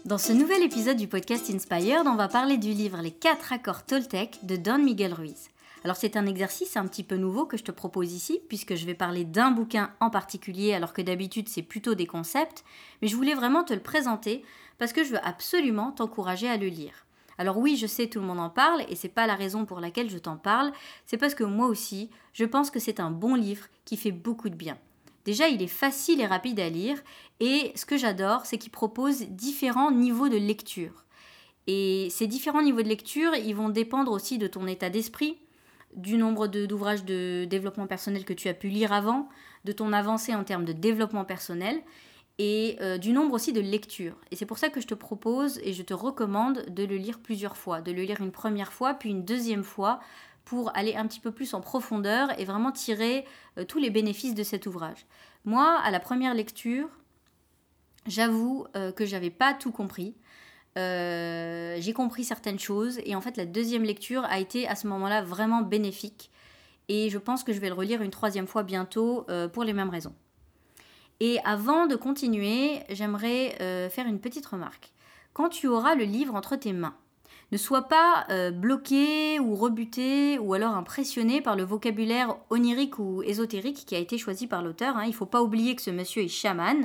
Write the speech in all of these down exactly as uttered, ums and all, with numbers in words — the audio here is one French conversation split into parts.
Dans ce nouvel épisode du podcast Inspired, on va parler du livre Les quatre accords Toltec de Don Miguel Ruiz. Alors c'est un exercice un petit peu nouveau que je te propose ici, puisque je vais parler d'un bouquin en particulier, alors que d'habitude c'est plutôt des concepts, mais je voulais vraiment te le présenter parce que je veux absolument t'encourager à le lire. Alors oui, je sais, tout le monde en parle, et c'est pas la raison pour laquelle je t'en parle, c'est parce que moi aussi, je pense que c'est un bon livre qui fait beaucoup de bien. Déjà, il est facile et rapide à lire, et ce que j'adore, c'est qu'il propose différents niveaux de lecture. Et ces différents niveaux de lecture, ils vont dépendre aussi de ton état d'esprit, du nombre de, d'ouvrages de développement personnel que tu as pu lire avant, de ton avancée en termes de développement personnel, et euh, du nombre aussi de lectures. Et c'est pour ça que je te propose et je te recommande de le lire plusieurs fois, de le lire une première fois, puis une deuxième fois, pour aller un petit peu plus en profondeur et vraiment tirer euh, tous les bénéfices de cet ouvrage. Moi, à la première lecture, j'avoue euh, que j'avais pas tout compris. Euh, j'ai compris certaines choses et en fait la deuxième lecture a été à ce moment-là vraiment bénéfique et je pense que je vais le relire une troisième fois bientôt euh, pour les mêmes raisons. Et avant de continuer, j'aimerais euh, faire une petite remarque. Quand tu auras le livre entre tes mains, ne sois pas euh, bloqué ou rebuté ou alors impressionné par le vocabulaire onirique ou ésotérique qui a été choisi par l'auteur. Hein. Il ne faut pas oublier que ce monsieur est chaman.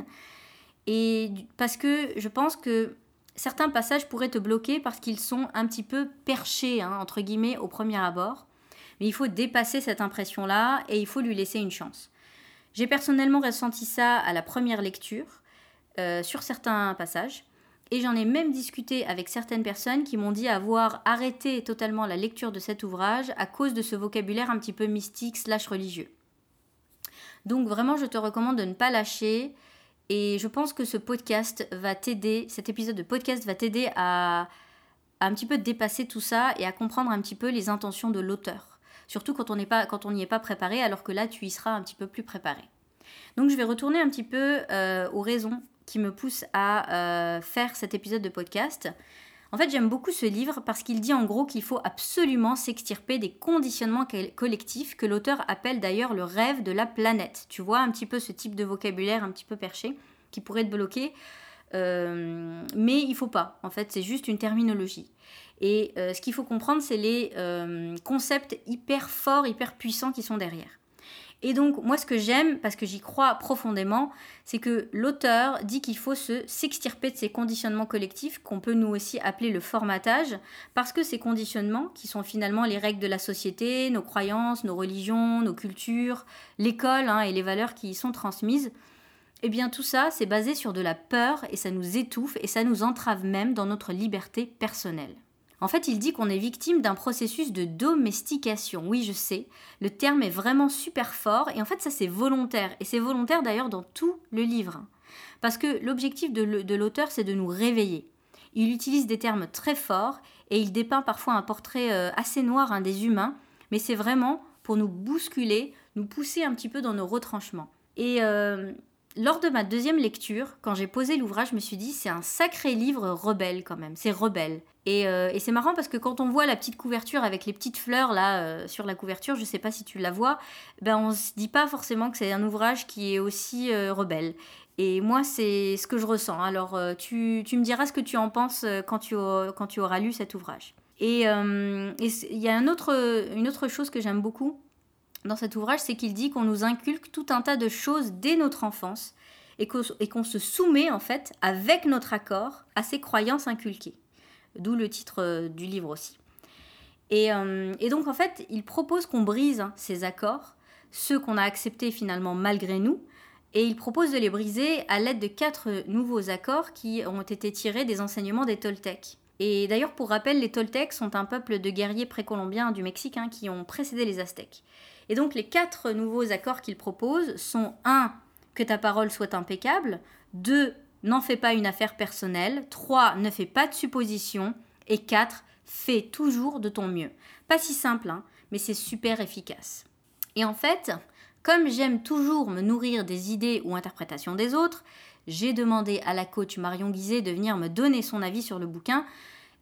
Et parce que je pense que certains passages pourraient te bloquer parce qu'ils sont un petit peu perchés, hein, entre guillemets, au premier abord. Mais il faut dépasser cette impression-là et il faut lui laisser une chance. J'ai personnellement ressenti ça à la première lecture, euh, sur certains passages. Et j'en ai même discuté avec certaines personnes qui m'ont dit avoir arrêté totalement la lecture de cet ouvrage à cause de ce vocabulaire un petit peu mystique slash religieux. Donc vraiment, je te recommande de ne pas lâcher. Et je pense que ce podcast va t'aider, cet épisode de podcast va t'aider à, à un petit peu dépasser tout ça et à comprendre un petit peu les intentions de l'auteur. Surtout quand on n'est pas, quand on n'y est pas préparé, alors que là, tu y seras un petit peu plus préparé. Donc, je vais retourner un petit peu euh, aux raisons qui me poussent à euh, faire cet épisode de podcast. En fait, j'aime beaucoup ce livre parce qu'il dit en gros qu'il faut absolument s'extirper des conditionnements collectifs que l'auteur appelle d'ailleurs le rêve de la planète. Tu vois un petit peu ce type de vocabulaire un petit peu perché qui pourrait te bloquer. Euh, mais il ne faut pas. En fait, c'est juste une terminologie. Et euh, ce qu'il faut comprendre, c'est les euh, concepts hyper forts, hyper puissants qui sont derrière. Et donc, moi, ce que j'aime, parce que j'y crois profondément, c'est que l'auteur dit qu'il faut se, s'extirper de ces conditionnements collectifs, qu'on peut nous aussi appeler le formatage, parce que ces conditionnements, qui sont finalement les règles de la société, nos croyances, nos religions, nos cultures, l'école hein, et les valeurs qui y sont transmises, eh bien tout ça, c'est basé sur de la peur et ça nous étouffe et ça nous entrave même dans notre liberté personnelle. En fait, il dit qu'on est victime d'un processus de domestication. Oui, je sais, le terme est vraiment super fort et en fait ça c'est volontaire. Et c'est volontaire d'ailleurs dans tout le livre. Parce que l'objectif de, le, de l'auteur c'est de nous réveiller. Il utilise des termes très forts et il dépeint parfois un portrait euh, assez noir hein, des humains. Mais c'est vraiment pour nous bousculer, nous pousser un petit peu dans nos retranchements. Et... Euh, Lors de ma deuxième lecture, quand j'ai posé l'ouvrage, je me suis dit c'est un sacré livre rebelle quand même, c'est rebelle. Et, euh, et c'est marrant parce que quand on voit la petite couverture avec les petites fleurs là euh, sur la couverture, je sais pas si tu la vois, ben on se dit pas forcément que c'est un ouvrage qui est aussi euh, rebelle. Et moi c'est ce que je ressens. Alors euh, tu, tu me diras ce que tu en penses quand tu, quand tu auras lu cet ouvrage. Et il euh, y a un autre, une autre chose que j'aime beaucoup dans cet ouvrage, c'est qu'il dit qu'on nous inculque tout un tas de choses dès notre enfance et qu'on, et qu'on se soumet en fait, avec notre accord, à ces croyances inculquées. D'où le titre euh, du livre aussi. Et, euh, et donc en fait, il propose qu'on brise hein, ces accords, ceux qu'on a acceptés finalement malgré nous, et il propose de les briser à l'aide de quatre nouveaux accords qui ont été tirés des enseignements des Toltecs. Et d'ailleurs, pour rappel, les Toltecs sont un peuple de guerriers précolombiens du Mexique hein, qui ont précédé les Aztèques. Et donc, les quatre nouveaux accords qu'il propose sont un que ta parole soit impeccable, deux n'en fais pas une affaire personnelle, trois ne fais pas de suppositions, et quatre fais toujours de ton mieux. Pas si simple, hein, mais c'est super efficace. Et en fait, comme j'aime toujours me nourrir des idées ou interprétations des autres, j'ai demandé à la coach Marion Guizet de venir me donner son avis sur le bouquin.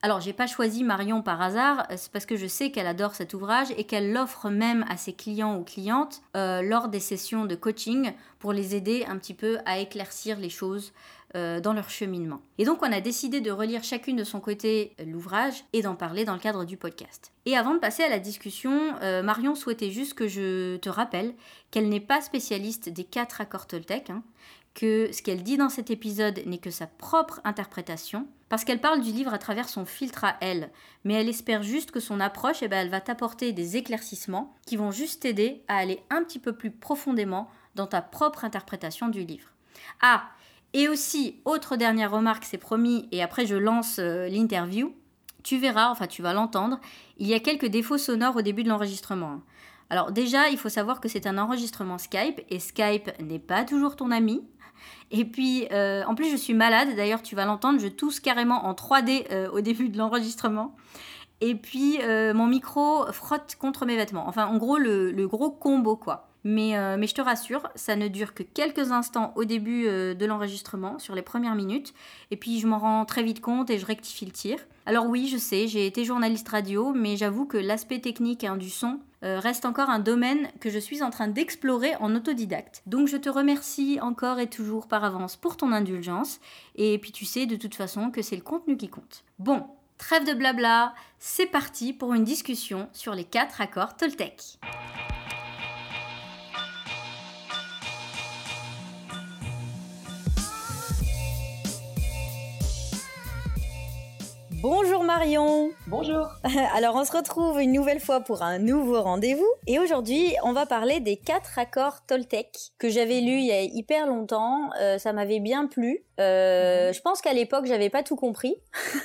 Alors, j'ai pas choisi Marion par hasard, c'est parce que je sais qu'elle adore cet ouvrage et qu'elle l'offre même à ses clients ou clientes euh, lors des sessions de coaching pour les aider un petit peu à éclaircir les choses euh, dans leur cheminement. Et donc, on a décidé de relire chacune de son côté euh, l'ouvrage et d'en parler dans le cadre du podcast. Et avant de passer à la discussion, euh, Marion souhaitait juste que je te rappelle qu'elle n'est pas spécialiste des quatre accords Toltec, hein, que ce qu'elle dit dans cet épisode n'est que sa propre interprétation, parce qu'elle parle du livre à travers son filtre à elle, mais elle espère juste que son approche, eh ben, elle va t'apporter des éclaircissements qui vont juste t'aider à aller un petit peu plus profondément dans ta propre interprétation du livre. Ah, et aussi, autre dernière remarque, c'est promis, et après je lance euh, l'interview, tu verras, enfin tu vas l'entendre, il y a quelques défauts sonores au début de l'enregistrement. Alors déjà, il faut savoir que c'est un enregistrement Skype, et Skype n'est pas toujours ton ami. Et puis, euh, en plus, je suis malade. D'ailleurs, tu vas l'entendre, je tousse carrément en trois D euh, au début de l'enregistrement. Et puis, euh, mon micro frotte contre mes vêtements. Enfin, en gros, le, le gros combo, quoi. Mais, euh, mais je te rassure, ça ne dure que quelques instants au début euh, de l'enregistrement, sur les premières minutes. Et puis, je m'en rends très vite compte et je rectifie le tir. Alors oui, je sais, j'ai été journaliste radio, mais j'avoue que l'aspect technique hein, du son euh, reste encore un domaine que je suis en train d'explorer en autodidacte. Donc je te remercie encore et toujours par avance pour ton indulgence. Et puis tu sais de toute façon que c'est le contenu qui compte. Bon, trêve de blabla, c'est parti pour une discussion sur les quatre accords Toltec. Bonjour Marion. Bonjour. Alors on se retrouve une nouvelle fois pour un nouveau rendez-vous et aujourd'hui on va parler des quatre accords Toltec que j'avais lus il y a hyper longtemps, euh, ça m'avait bien plu. Euh, mmh. Je pense qu'à l'époque j'avais pas tout compris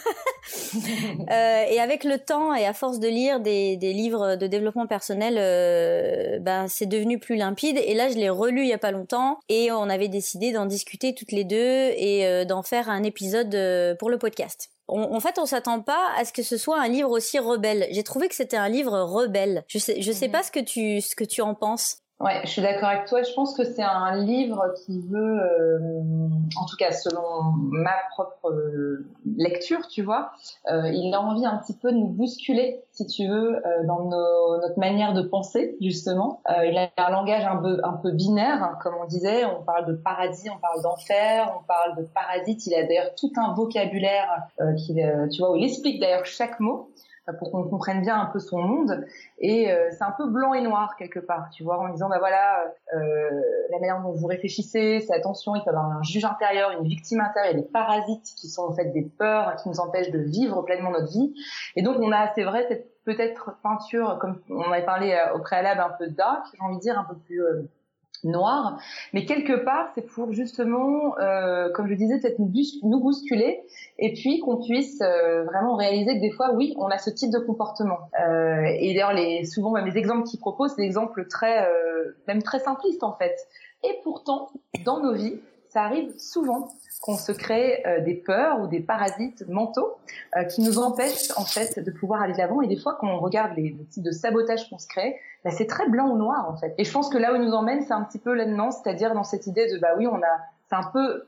euh, et avec le temps et à force de lire des, des livres de développement personnel, euh, ben c'est devenu plus limpide et là je l'ai relu il y a pas longtemps et on avait décidé d'en discuter toutes les deux et euh, d'en faire un épisode euh, pour le podcast. On, en fait, on s'attend pas à ce que ce soit un livre aussi rebelle. J'ai trouvé que c'était un livre rebelle. Je sais, je sais mmh. pas ce que tu, ce que tu en penses. Ouais, je suis d'accord avec toi. Je pense que c'est un livre qui veut, euh, en tout cas selon ma propre euh, lecture, tu vois, euh, il a envie un petit peu de nous bousculer, si tu veux, euh, dans nos, notre manière de penser, justement. Euh, il a un langage un peu, un peu binaire, hein, comme on disait. On parle de paradis, on parle d'enfer, on parle de parasite. Il a d'ailleurs tout un vocabulaire euh, qu'il, euh, tu vois, où il explique d'ailleurs chaque mot, pour qu'on comprenne bien un peu son monde. Et euh, c'est un peu blanc et noir quelque part, tu vois, en disant, bah voilà, euh, la manière dont vous réfléchissez, c'est attention, il peut y avoir un juge intérieur, une victime intérieure, il y a des parasites qui sont en fait des peurs qui nous empêchent de vivre pleinement notre vie. Et donc on a, c'est vrai, cette peut-être peinture, comme on avait parlé euh, au préalable, un peu dark, j'ai envie de dire, un peu plus... Euh, noir, mais quelque part c'est pour justement, euh, comme je disais, peut-être nous, bus- nous bousculer et puis qu'on puisse euh, vraiment réaliser que des fois, oui, on a ce type de comportement. Euh, et d'ailleurs, les, souvent même les exemples qu'ils proposent, c'est des exemples très, euh, même très simplistes en fait. Et pourtant, dans nos vies, ça arrive souvent qu'on se crée euh, des peurs ou des parasites mentaux euh, qui nous empêchent en fait de pouvoir aller de l'avant. Et des fois, quand on regarde les, les types de sabotage qu'on se crée, bah, c'est très blanc ou noir en fait. Et je pense que là où il nous emmène, c'est un petit peu là-dedans, c'est-à-dire dans cette idée de bah oui, on a, c'est un peu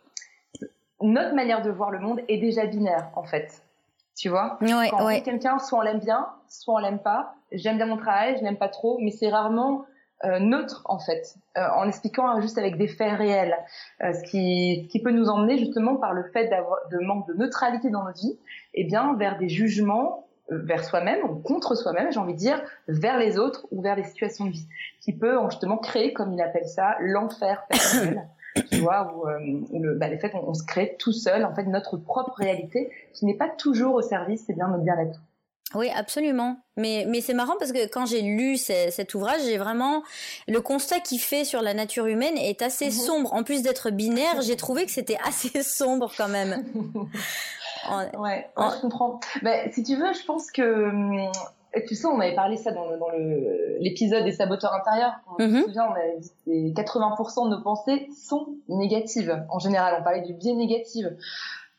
notre manière de voir le monde est déjà binaire en fait. Tu vois, ouais, quand ouais. quelqu'un, soit on l'aime bien, soit on l'aime pas. J'aime bien mon travail, je n'aime pas trop, mais c'est rarement Euh, neutre en fait, euh, en expliquant hein, juste avec des faits réels, euh, ce qui, ce qui peut nous emmener justement par le fait d'avoir de manque de neutralité dans notre vie, et eh bien vers des jugements euh, vers soi-même ou contre soi-même, j'ai envie de dire, vers les autres ou vers des situations de vie, qui peut justement créer, comme il appelle ça, l'enfer personnel. Tu vois, où, euh, où le, bah, les faits, on, on se crée tout seul en fait notre propre réalité, qui n'est pas toujours au service, c'est bien notre bien-être. Oui, absolument. Mais, mais c'est marrant parce que quand j'ai lu c- cet ouvrage, j'ai vraiment... Le constat qu'il fait sur la nature humaine est assez mmh. sombre. En plus d'être binaire, j'ai trouvé que c'était assez sombre quand même. en... Ouais, ouais en... je comprends. Bah, si tu veux, je pense que... Et tu sais, on avait parlé ça dans, le, dans le, l'épisode des saboteurs intérieurs. Je me souviens, on avait dit que quatre-vingts pour cent de nos pensées sont négatives. En général, on parlait du biais négatif.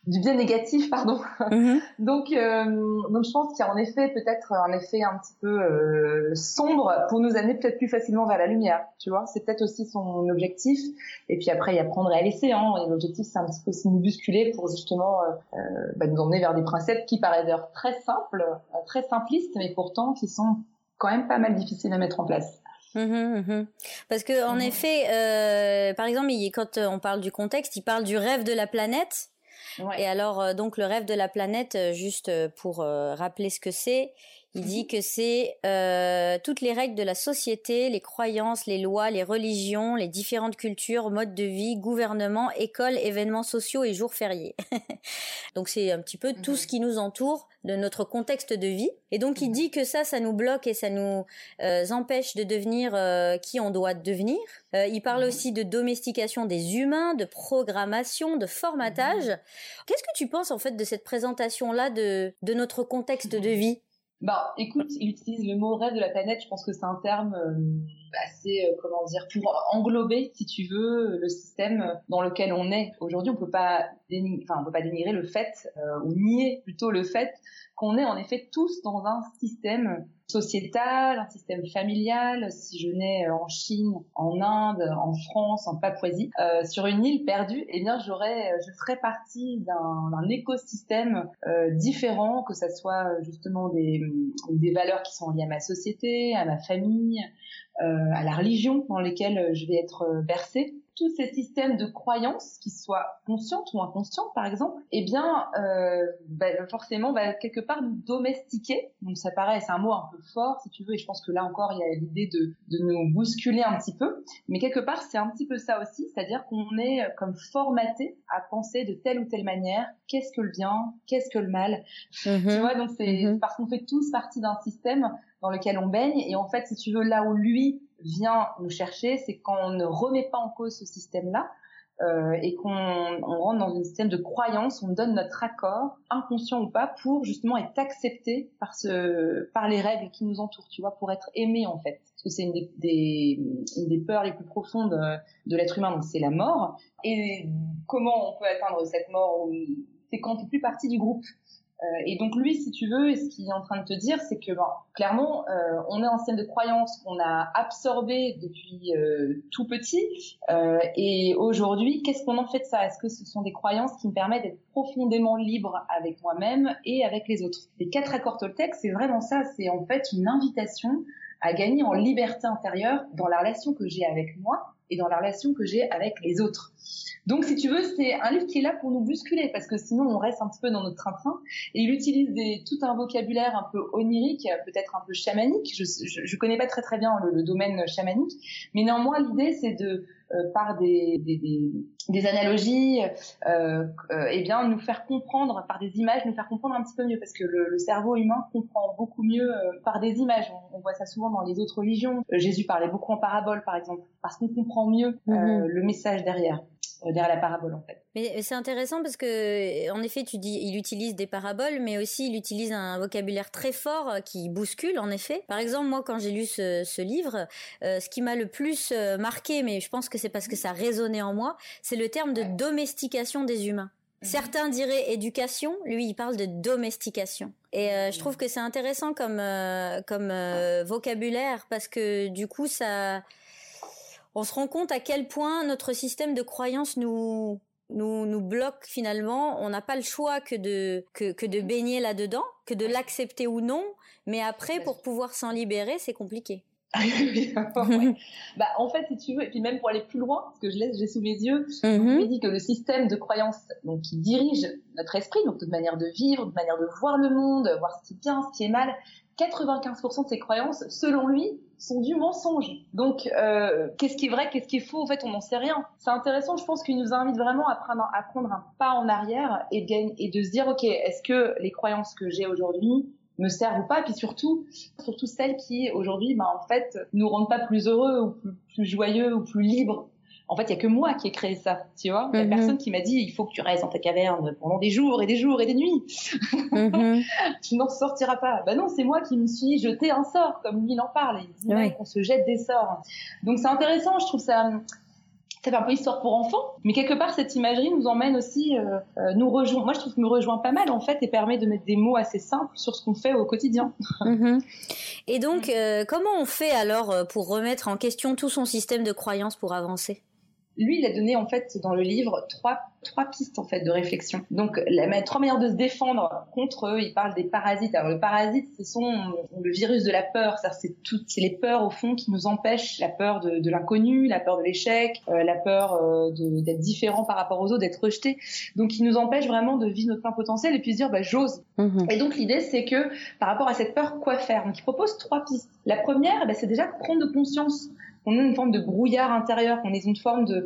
du biais négatif, pardon. Mm-hmm. donc, euh, donc je pense qu'il y a en effet peut-être un effet un petit peu euh, sombre pour nous amener peut-être plus facilement vers la lumière, tu vois. C'est peut-être aussi son objectif. Et puis après, il y a prendre et à laisser. Hein. Et l'objectif, c'est un petit peu aussi nous bousculer pour justement euh, bah, nous emmener vers des principes qui paraissent d'ailleurs très simples, très simplistes, mais pourtant qui sont quand même pas mal difficiles à mettre en place. Mmh, mmh. Parce que en mmh. effet, euh, par exemple, il, quand on parle du contexte, il parle du rêve de la planète. Ouais. Et alors, euh, donc le rêve de la planète, juste pour euh, rappeler ce que c'est, il mmh. dit que c'est euh, toutes les règles de la société, les croyances, les lois, les religions, les différentes cultures, modes de vie, gouvernement, écoles, événements sociaux et jours fériés. Donc c'est un petit peu mmh. tout ce qui nous entoure de notre contexte de vie. Et donc mmh. il dit que ça, ça nous bloque et ça nous euh, empêche de devenir euh, qui on doit devenir. Euh, il parle mmh. aussi de domestication des humains, de programmation, de formatage. Mmh. Qu'est-ce que tu penses en fait de cette présentation-là de, de notre contexte de vie ? Bah, écoute, il utilise le mot rêve de la planète. Je pense que c'est un terme euh, assez, euh, comment dire, pour englober, si tu veux, le système dans lequel on est. Aujourd'hui, on peut pas dénigrer, enfin, on peut pas dénigrer le fait, euh, ou nier plutôt le fait qu'on est en effet tous dans un système sociétal, un système familial. Si je nais en Chine, en Inde, en France, en Papouasie, euh, sur une île perdue, eh bien, j'aurais, je ferais partie d'un, d'un écosystème euh, différent, que ça soit justement des, des valeurs qui sont liées à ma société, à ma famille, euh, à la religion dans lesquelles je vais être bercée. Tous ces systèmes de croyances, qu'ils soient conscientes ou inconscientes, par exemple, eh bien, euh, bah, forcément, va bah, quelque part nous domestiquer. Donc, ça paraît, c'est un mot un peu fort, si tu veux, et je pense que là encore, il y a l'idée de, de nous bousculer un petit peu. Mais quelque part, c'est un petit peu ça aussi, c'est-à-dire qu'on est comme formaté à penser de telle ou telle manière. Qu'est-ce que le bien? Qu'est-ce que le mal? Mm-hmm. Tu vois, donc c'est mm-hmm. parce qu'on fait tous partie d'un système dans lequel on baigne. Et en fait, si tu veux, là où lui vient nous chercher, c'est quand on ne remet pas en cause ce système-là euh, et qu'on on rentre dans un système de croyance, on donne notre accord, inconscient ou pas, pour justement être accepté par ce, par les règles qui nous entourent, tu vois, pour être aimé en fait. Parce que c'est une des, des, une des peurs les plus profondes de l'être humain, donc c'est la mort. Et comment on peut atteindre cette mort? C'est quand on fait plus partie du groupe. Euh, et donc lui, si tu veux, ce qu'il est en train de te dire, c'est que bon, clairement, euh, on est en système de croyances qu'on a absorbé depuis euh, tout petit. Euh, et aujourd'hui, qu'est-ce qu'on en fait de ça? Est-ce que ce sont des croyances qui me permettent d'être profondément libre avec moi-même et avec les autres? Les quatre accords Toltec, c'est vraiment ça. C'est en fait une invitation à gagner en liberté intérieure dans la relation que j'ai avec moi et dans la relation que j'ai avec les autres. Donc, si tu veux, c'est un livre qui est là pour nous bousculer, parce que sinon, on reste un petit peu dans notre train-train. Et il utilise des, tout un vocabulaire un peu onirique, peut-être un peu chamanique. Je, je, je connais pas très très bien le, le domaine chamanique, mais néanmoins, l'idée, c'est de, euh, par des, des, des, des analogies, euh, euh, eh bien, nous faire comprendre, par des images, nous faire comprendre un petit peu mieux, parce que le, le cerveau humain comprend beaucoup mieux euh, par des images. On, on voit ça souvent dans les autres religions. Euh, Jésus parlait beaucoup en parabole, par exemple, parce qu'on comprend mieux euh, mm-hmm. le message derrière. derrière la parabole en fait. Mais c'est intéressant parce que en effet tu dis il utilise des paraboles mais aussi il utilise un vocabulaire très fort qui bouscule en effet. Par exemple moi quand j'ai lu ce, ce livre euh, ce qui m'a le plus marqué mais je pense que c'est parce que ça résonnait en moi c'est le terme de domestication des humains. Mmh. Certains diraient éducation, lui il parle de domestication. Et euh, je trouve que c'est intéressant comme euh, comme euh, vocabulaire parce que du coup ça on se rend compte à quel point notre système de croyances nous nous nous bloque finalement. On n'a pas le choix que de que que de baigner là-dedans, que de l'accepter ou non. Mais après, pour pouvoir s'en libérer, c'est compliqué. ouais. Bah en fait, si tu veux, et puis même pour aller plus loin, parce que je laisse, j'ai sous mes yeux, mm-hmm. donc, il dit que le système de croyances, donc qui dirige notre esprit, donc notre manière de vivre, notre manière de voir le monde, voir ce qui est bien, ce qui est mal. quatre-vingt-quinze pour cent de ces croyances, selon lui, sont du mensonge. Donc, euh, qu'est-ce qui est vrai, qu'est-ce qui est faux? En fait, on n'en sait rien. C'est intéressant, je pense qu'il nous invite vraiment à prendre, à prendre un pas en arrière et de, et de se dire, ok, est-ce que les croyances que j'ai aujourd'hui me servent ou pas? Et puis surtout, surtout celles qui, aujourd'hui, bah, en fait, nous rendent pas plus heureux ou plus, plus joyeux ou plus libres. En fait, il y a que moi qui ai créé ça, tu vois. Il y a mm-hmm. personne qui m'a dit il faut que tu restes dans ta caverne pendant des jours et des jours et des nuits. Mm-hmm. Tu n'en sortiras pas. Bah non, c'est moi qui me suis jeté un sort, comme lui il en parle. Il dit ouais. qu'on se jette des sorts. Donc c'est intéressant, je trouve ça. ça fait un peu histoire pour enfants, mais quelque part cette imagerie nous emmène aussi, euh, euh, nous rejoint. Moi, je trouve que nous rejoint pas mal en fait, et permet de mettre des mots assez simples sur ce qu'on fait au quotidien. Mmh. Et donc, euh, comment on fait alors pour remettre en question tout son système de croyances pour avancer ? Lui, il a donné en fait dans le livre trois trois pistes en fait de réflexion. Donc la trois manières de se défendre contre eux. Il parle des parasites. Alors le parasite, ce sont le virus de la peur. C'est c'est toutes c'est les peurs au fond qui nous empêchent, la peur de, de l'inconnu, la peur de l'échec, euh, la peur euh, de, d'être différent par rapport aux autres, d'être rejeté. Donc qui nous empêche vraiment de vivre notre plein potentiel et puis se dire bah j'ose. Mmh. Et donc l'idée c'est que par rapport à cette peur, quoi faire ? Donc il propose trois pistes. La première, bah, c'est déjà de prendre conscience qu'on a une forme de brouillard intérieur, qu'on est une forme de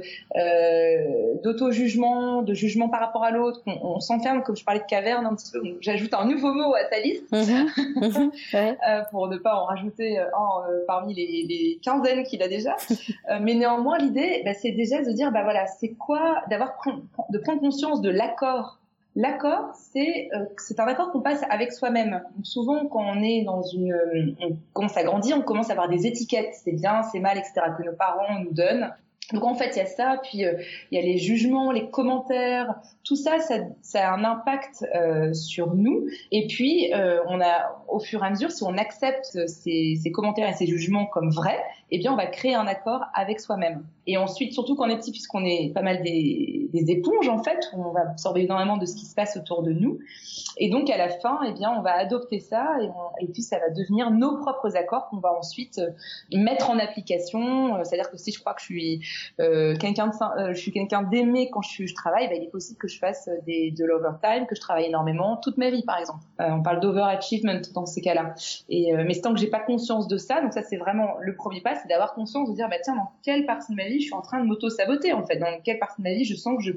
euh, d'auto-jugement, de jugement par rapport à l'autre, qu'on on s'enferme, comme je parlais de caverne un petit peu. Donc, j'ajoute un nouveau mot à ta liste mmh. ouais. euh, pour ne pas en rajouter un euh, parmi les, les quinzaines qu'il a déjà. euh, mais néanmoins, l'idée, bah, c'est déjà de dire, bah voilà, c'est quoi, d'avoir de prendre conscience de l'accord. L'accord, c'est euh, c'est un accord qu'on passe avec soi-même. Donc souvent, quand on est dans une, euh, on commence à grandir, on commence à avoir des étiquettes, c'est bien, c'est mal, et cetera, que nos parents nous donnent. Donc en fait, il y a ça, puis il euh, y a les jugements, les commentaires, tout ça, ça, ça a un impact euh, sur nous. Et puis, euh, on a, au fur et à mesure, si on accepte ces, ces commentaires et ces jugements comme vrais, eh bien, on va créer un accord avec soi-même. Et ensuite, surtout quand on est petit, puisqu'on est pas mal des, des éponges en fait, où on va absorber énormément de ce qui se passe autour de nous. Et donc à la fin, eh bien, on va adopter ça et, on, et puis ça va devenir nos propres accords qu'on va ensuite euh, mettre en application. C'est-à-dire que si je crois que je suis euh, quelqu'un de, euh, je suis quelqu'un d'aimé quand je, je travaille, bah, il est possible que je fasse des, de l'overtime, que je travaille énormément toute ma vie, par exemple. Euh, on parle d'overachievement dans ces cas-là. Et euh, mais tant que j'ai pas conscience de ça, donc ça c'est vraiment le premier pas, c'est d'avoir conscience de dire bah tiens, dans quelle partie de ma vie je suis en train de m'auto-saboter en fait, dans quelle partie de ma vie je sens que je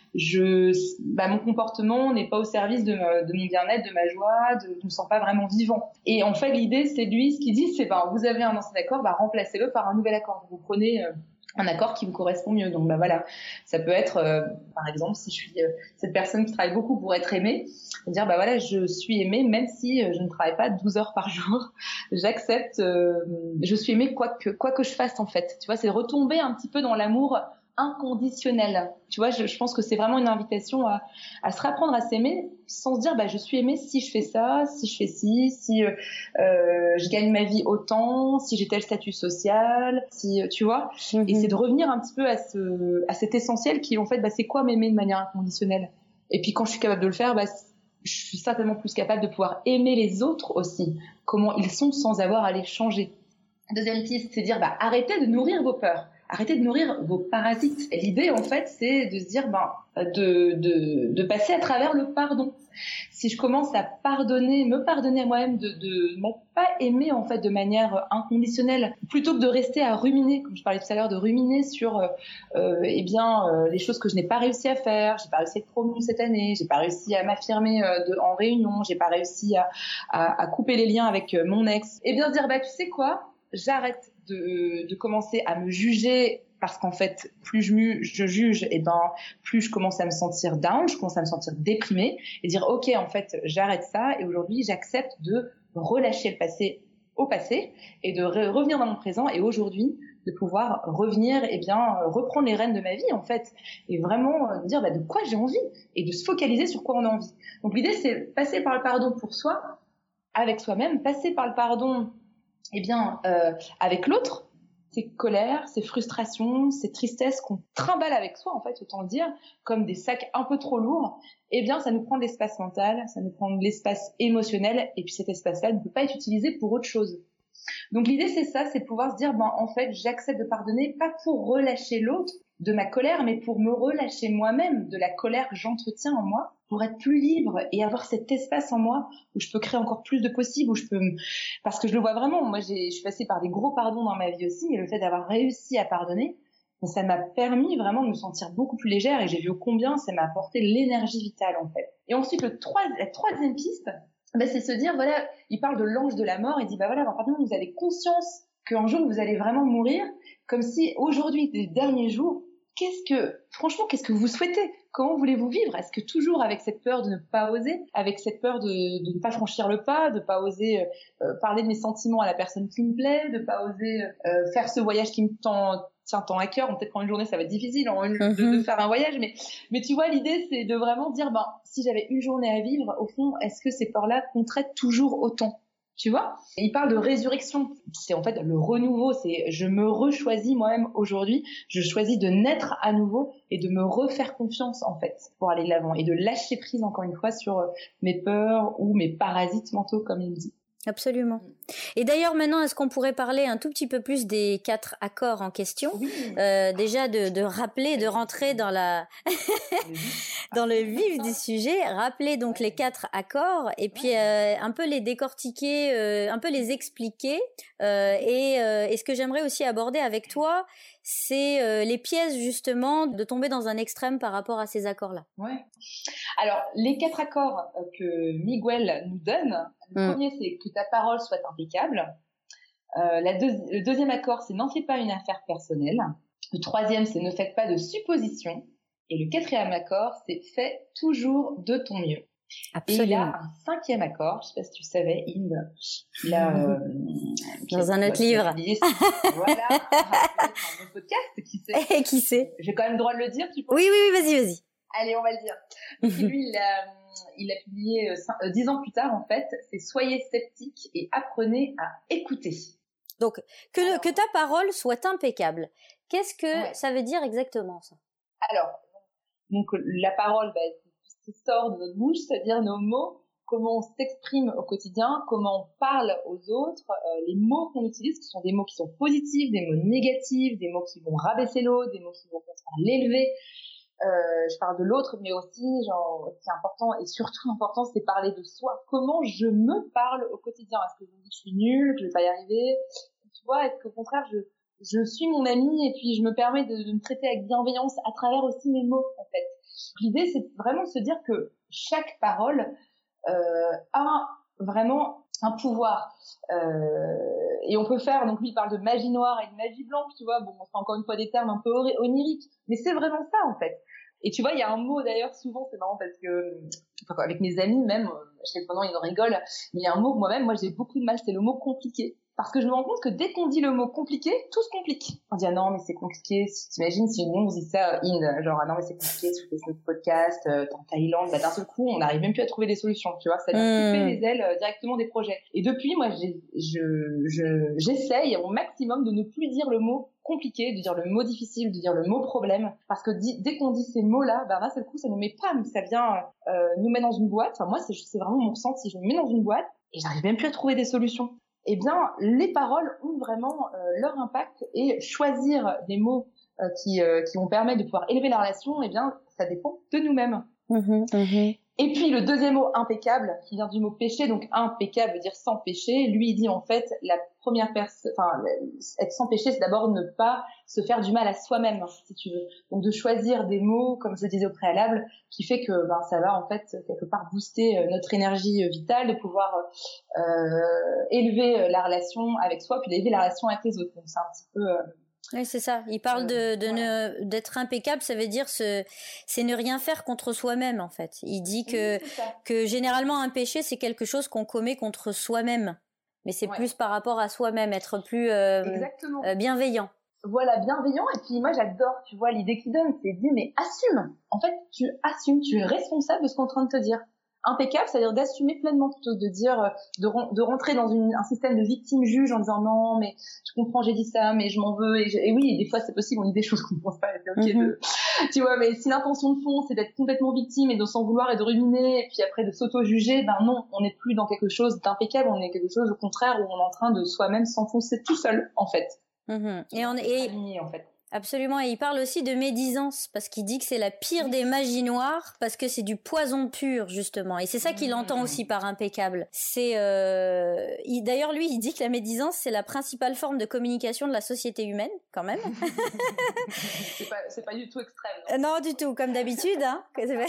je, bah, mon comportement n'est pas au service de, ma, de mon bien-être, de ma joie, de, je me sens pas vraiment vivant. Et en fait, l'idée, c'est lui, ce qu'il dit, c'est, bah, vous avez un ancien accord, bah, remplacez-le par un nouvel accord. Vous prenez euh, un accord qui vous correspond mieux. Donc, bah, voilà. Ça peut être, euh, par exemple, si je suis euh, cette personne qui travaille beaucoup pour être aimée, dire, bah, voilà, je suis aimée, même si euh, je ne travaille pas douze heures par jour. J'accepte, euh, je suis aimée quoi que, quoi que je fasse, en fait. Tu vois, c'est retomber un petit peu dans l'amour inconditionnel. Tu vois, je, je pense que c'est vraiment une invitation à, à se réapprendre à s'aimer sans se dire bah je suis aimée si je fais ça, si je fais ci, si euh, euh, je gagne ma vie autant, si j'ai tel statut social, si tu vois. Mm-hmm. Et c'est de revenir un petit peu à ce à cet essentiel qui en fait bah c'est quoi m'aimer de manière inconditionnelle. Et puis quand je suis capable de le faire, bah je suis certainement plus capable de pouvoir aimer les autres aussi, comment ils sont sans avoir à les changer. Deuxième piste, c'est dire bah arrêtez de nourrir vos peurs. Arrêtez de nourrir vos parasites. Et l'idée, en fait, c'est de se dire, ben, de, de, de passer à travers le pardon. Si je commence à pardonner, me pardonner à moi-même, de, de ne pas aimer, en fait, de manière inconditionnelle, plutôt que de rester à ruminer, comme je parlais tout à l'heure, de ruminer sur, euh, eh bien, euh, les choses que je n'ai pas réussi à faire, j'ai pas réussi à être promue cette année, j'ai pas réussi à m'affirmer euh, de, en réunion, j'ai pas réussi à, à, à couper les liens avec euh, mon ex. Et bien, se dire, bah, tu sais quoi? J'arrête de, de commencer à me juger parce qu'en fait, plus je, mu, je juge, et ben, plus je commence à me sentir down, je commence à me sentir déprimée et dire, ok, en fait, j'arrête ça et aujourd'hui, j'accepte de relâcher le passé au passé et de re- revenir dans mon présent et aujourd'hui, de pouvoir revenir, et bien, reprendre les rênes de ma vie, en fait, et vraiment dire bah, de quoi j'ai envie et de se focaliser sur quoi on a envie. Donc, l'idée, c'est passer par le pardon pour soi, avec soi-même, passer par le pardon eh bien, euh, avec l'autre, ces colères, ces frustrations, ces tristesses qu'on trimballe avec soi, en fait, autant le dire, comme des sacs un peu trop lourds, eh bien, ça nous prend de l'espace mental, ça nous prend de l'espace émotionnel, et puis cet espace-là ne peut pas être utilisé pour autre chose. Donc l'idée, c'est ça, c'est de pouvoir se dire, ben, en fait, j'accepte de pardonner, pas pour relâcher l'autre de ma colère, mais pour me relâcher moi-même de la colère que j'entretiens en moi, pour être plus libre et avoir cet espace en moi où je peux créer encore plus de possibles, où je peux, me... parce que je le vois vraiment, moi, j'ai, je suis passée par des gros pardons dans ma vie aussi, mais le fait d'avoir réussi à pardonner, ça m'a permis vraiment de me sentir beaucoup plus légère et j'ai vu combien ça m'a apporté l'énergie vitale, en fait. Et ensuite, le trois... la troisième piste, ben, c'est se dire, voilà, il parle de l'ange de la mort, il dit, bah voilà, ben, maintenant, vous avez conscience qu'un jour, vous allez vraiment mourir, comme si aujourd'hui, les derniers jours, qu'est-ce que, franchement, qu'est-ce que vous souhaitez? Comment voulez-vous vivre? Est-ce que toujours avec cette peur de ne pas oser, avec cette peur de, de ne pas franchir le pas, de ne pas oser euh, parler de mes sentiments à la personne qui me plaît, de ne pas oser euh, faire ce voyage qui me tend, tient tant à cœur? Bon, peut-être qu'en une journée, ça va être difficile en une, mm-hmm. de, de faire un voyage, mais, mais tu vois, l'idée, c'est de vraiment dire, ben, si j'avais une journée à vivre, au fond, est-ce que ces peurs-là compteraient toujours autant? Tu vois, et il parle de résurrection. C'est en fait le renouveau. C'est je me rechoisis moi-même aujourd'hui. Je choisis de naître à nouveau et de me refaire confiance en fait pour aller de l'avant et de lâcher prise encore une fois sur mes peurs ou mes parasites mentaux comme il dit. Absolument. Et d'ailleurs, maintenant, est-ce qu'on pourrait parler un tout petit peu plus des quatre accords en question? Oui. euh, Déjà, de, de rappeler, de rentrer dans la dans le vif du sujet, rappeler donc les quatre accords et puis euh, un peu les décortiquer, euh, un peu les expliquer. Euh, et, euh, et ce que j'aimerais aussi aborder avec toi, c'est euh, les pièges justement de tomber dans un extrême par rapport à ces accords-là. Ouais. Alors, les quatre accords que Miguel nous donne, le mm. premier, c'est que ta parole soit impeccable. Euh, la deux, le deuxième accord, c'est n'en fais pas une affaire personnelle. Le troisième, c'est ne faites pas de suppositions. Et le quatrième accord, c'est fais toujours de ton mieux. Absolument. Et il a un cinquième accord, je sais pas si tu savais, Inde. Il a euh, dans un autre livre. Voilà, un autre podcast, qui sait. Et qui sait. J'ai quand même le droit de le dire, tu penses? Oui, oui, oui, vas-y, vas-y. Allez, on va le dire. Donc lui, il a, il a publié euh, dix ans plus tard, en fait, c'est soyez sceptiques et apprenez à écouter. Donc que Alors, que ta parole soit impeccable. Qu'est-ce que ouais. ça veut dire exactement ça? Alors, donc la parole, bah, qui sort de notre bouche, c'est-à-dire nos mots, comment on s'exprime au quotidien, comment on parle aux autres, euh, les mots qu'on utilise, qui sont des mots qui sont positifs, des mots négatifs, des mots qui vont rabaisser l'autre, des mots qui vont faire l'élever. Euh, je parle de l'autre, mais aussi, genre, ce qui est important et surtout important, c'est parler de soi. Comment je me parle au quotidien? Est-ce que je me dis que je suis nulle, que je vais pas y arriver? Tu vois, est-ce qu'au contraire, je, je suis mon amie et puis je me permets de, de me traiter avec bienveillance à travers aussi mes mots, en fait. L'idée, c'est vraiment de se dire que chaque parole euh, a vraiment un pouvoir. Euh, et on peut faire, donc lui, il parle de magie noire et de magie blanche, tu vois. Bon, c'est encore une fois des termes un peu oniriques, mais c'est vraiment ça, en fait. Et tu vois, il y a un mot, d'ailleurs, souvent, c'est marrant parce que, enfin, avec mes amis, même, je sais pendant, ils en rigolent, mais il y a un mot que moi-même, moi, j'ai beaucoup de mal, c'est le mot compliqué. Parce que je me rends compte que dès qu'on dit le mot compliqué, tout se complique. On dit, ah non, mais c'est compliqué. T'imagines si nous, on dit ça, in, genre, ah non, mais c'est compliqué, si tu fais notre podcast, euh, t'es en Thaïlande, bah, d'un seul coup, on n'arrive même plus à trouver des solutions, tu vois. Ça vient mmh. couper les ailes euh, directement des projets. Et depuis, moi, j'ai, je, je, j'essaye au maximum de ne plus dire le mot compliqué, de dire le mot difficile, de dire le mot problème. Parce que di- dès qu'on dit ces mots-là, bah, d'un seul coup, ça nous met pas, ça vient, euh, nous met dans une boîte. Enfin, moi, c'est, c'est vraiment mon ressenti. Je me mets dans une boîte et j'arrive même plus à trouver des solutions. Eh bien, les paroles ont vraiment euh, leur impact et choisir des mots euh, qui, euh, qui vont permettre de pouvoir élever la relation, eh bien, ça dépend de nous-mêmes. Mmh, mmh. Et puis, le deuxième mot, impeccable, qui vient du mot péché, donc impeccable veut dire sans péché. Lui, il dit en fait, la première personne, enfin, être sans péché, c'est d'abord ne pas se faire du mal à soi-même, si tu veux. Donc, de choisir des mots, comme je le disais au préalable, qui fait que ben, ça va en fait quelque part booster notre énergie vitale, de pouvoir euh, élever la relation avec soi, puis d'élever la relation avec les autres. Donc, c'est un petit peu... Euh, Oui, c'est ça. Il parle de, de voilà. ne, d'être impeccable, ça veut dire ce, c'est ne rien faire contre soi-même, en fait. Il dit que, oui, que généralement un péché, c'est quelque chose qu'on commet contre soi-même. Mais c'est ouais. plus par rapport à soi-même, être plus euh, euh, bienveillant. Voilà, bienveillant. Et puis moi, j'adore, tu vois, l'idée qu'il donne, c'est de dire, mais assume. En fait, tu assumes, tu es responsable de ce qu'on est en train de te dire. Impeccable, c'est-à-dire d'assumer pleinement plutôt que de dire, de, de rentrer dans une, un système de victime-juge en disant non, mais je comprends, j'ai dit ça, mais je m'en veux. Et, je, et oui, des fois c'est possible, on dit des choses qu'on ne pense pas. C'est ok mm-hmm. de, tu vois, mais si l'intention de fond c'est d'être complètement victime et de s'en vouloir et de ruminer et puis après de s'auto-juger, ben non, on n'est plus dans quelque chose d'impeccable, on est quelque chose au contraire où on est en train de soi-même s'enfoncer tout seul en fait. Mm-hmm. Et on est aligné en fait. Absolument, et il parle aussi de médisance, parce qu'il dit que c'est la pire des magies noires, parce que c'est du poison pur, justement. Et c'est ça qu'il entend aussi par impeccable. C'est, euh... il, d'ailleurs, lui, il dit que la médisance, c'est la principale forme de communication de la société humaine, quand même. c'est, pas, c'est pas du tout extrême. Non, non du tout, comme d'habitude. Hein.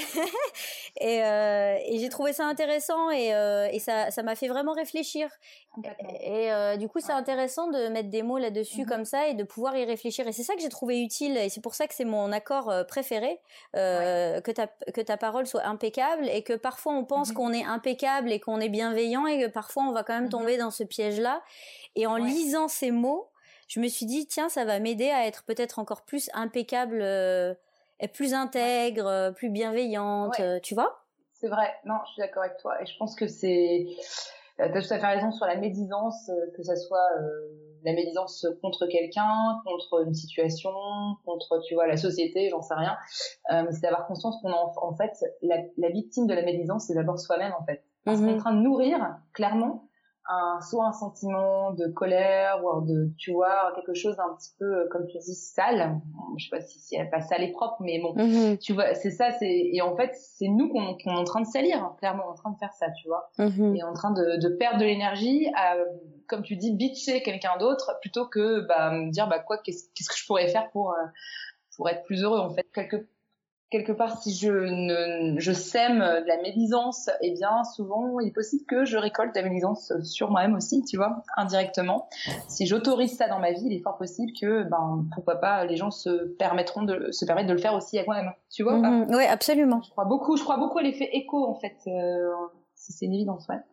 et, euh, et j'ai trouvé ça intéressant, et, euh, et ça, ça m'a fait vraiment réfléchir. Et, et euh, du coup, c'est ouais. intéressant de mettre des mots là-dessus mm-hmm. comme ça, et de pouvoir y réfléchir. Et c'est ça que j'ai trouvé utile, et c'est pour ça que c'est mon accord préféré, euh, ouais. que ta que ta parole soit impeccable, et que parfois on pense mm-hmm. qu'on est impeccable et qu'on est bienveillant, et que parfois on va quand même mm-hmm. tomber dans ce piège-là. Et en ouais. lisant ces mots, je me suis dit tiens, ça va m'aider à être peut-être encore plus impeccable, euh, et plus intègre, ouais. plus bienveillante, ouais. euh, tu vois? C'est vrai. Non, je suis d'accord avec toi, et je pense que c'est t'as tout à fait raison sur la médisance, que ça soit euh, la médisance contre quelqu'un, contre une situation, contre, tu vois, la société, j'en sais rien. Euh, c'est d'avoir conscience qu'on a, en, en fait, la, la victime de la médisance, c'est d'abord soi-même, en fait. Parce mm-hmm. qu'on est en train de nourrir, clairement, un, soit un sentiment de colère, ou de, tu vois, quelque chose d'un petit peu, comme tu dis, sale. Je sais pas si, si elle pas sale et propre, mais bon, mm-hmm. tu vois, c'est ça, c'est, et en fait, c'est nous qu'on, qu'on est en train de salir, hein, clairement, en train de faire ça, tu vois. Mm-hmm. Et en train de, de perdre de l'énergie à, comme tu dis, bitcher quelqu'un d'autre, plutôt que, bah, me dire, bah, quoi, qu'est-ce, qu'est-ce que je pourrais faire pour, euh, pour être plus heureux, en fait. Quelque Quelque part, si je ne, je sème de la médisance, eh bien, souvent, il est possible que je récolte de la médisance sur moi-même aussi, tu vois, indirectement. Si j'autorise ça dans ma vie, il est fort possible que, ben, pourquoi pas, les gens se permettront de, se permettre de le faire aussi avec moi-même. Tu vois, mmh, oui, absolument. Je crois beaucoup, je crois beaucoup à l'effet écho, en fait, euh, si c'est une évidence, ouais.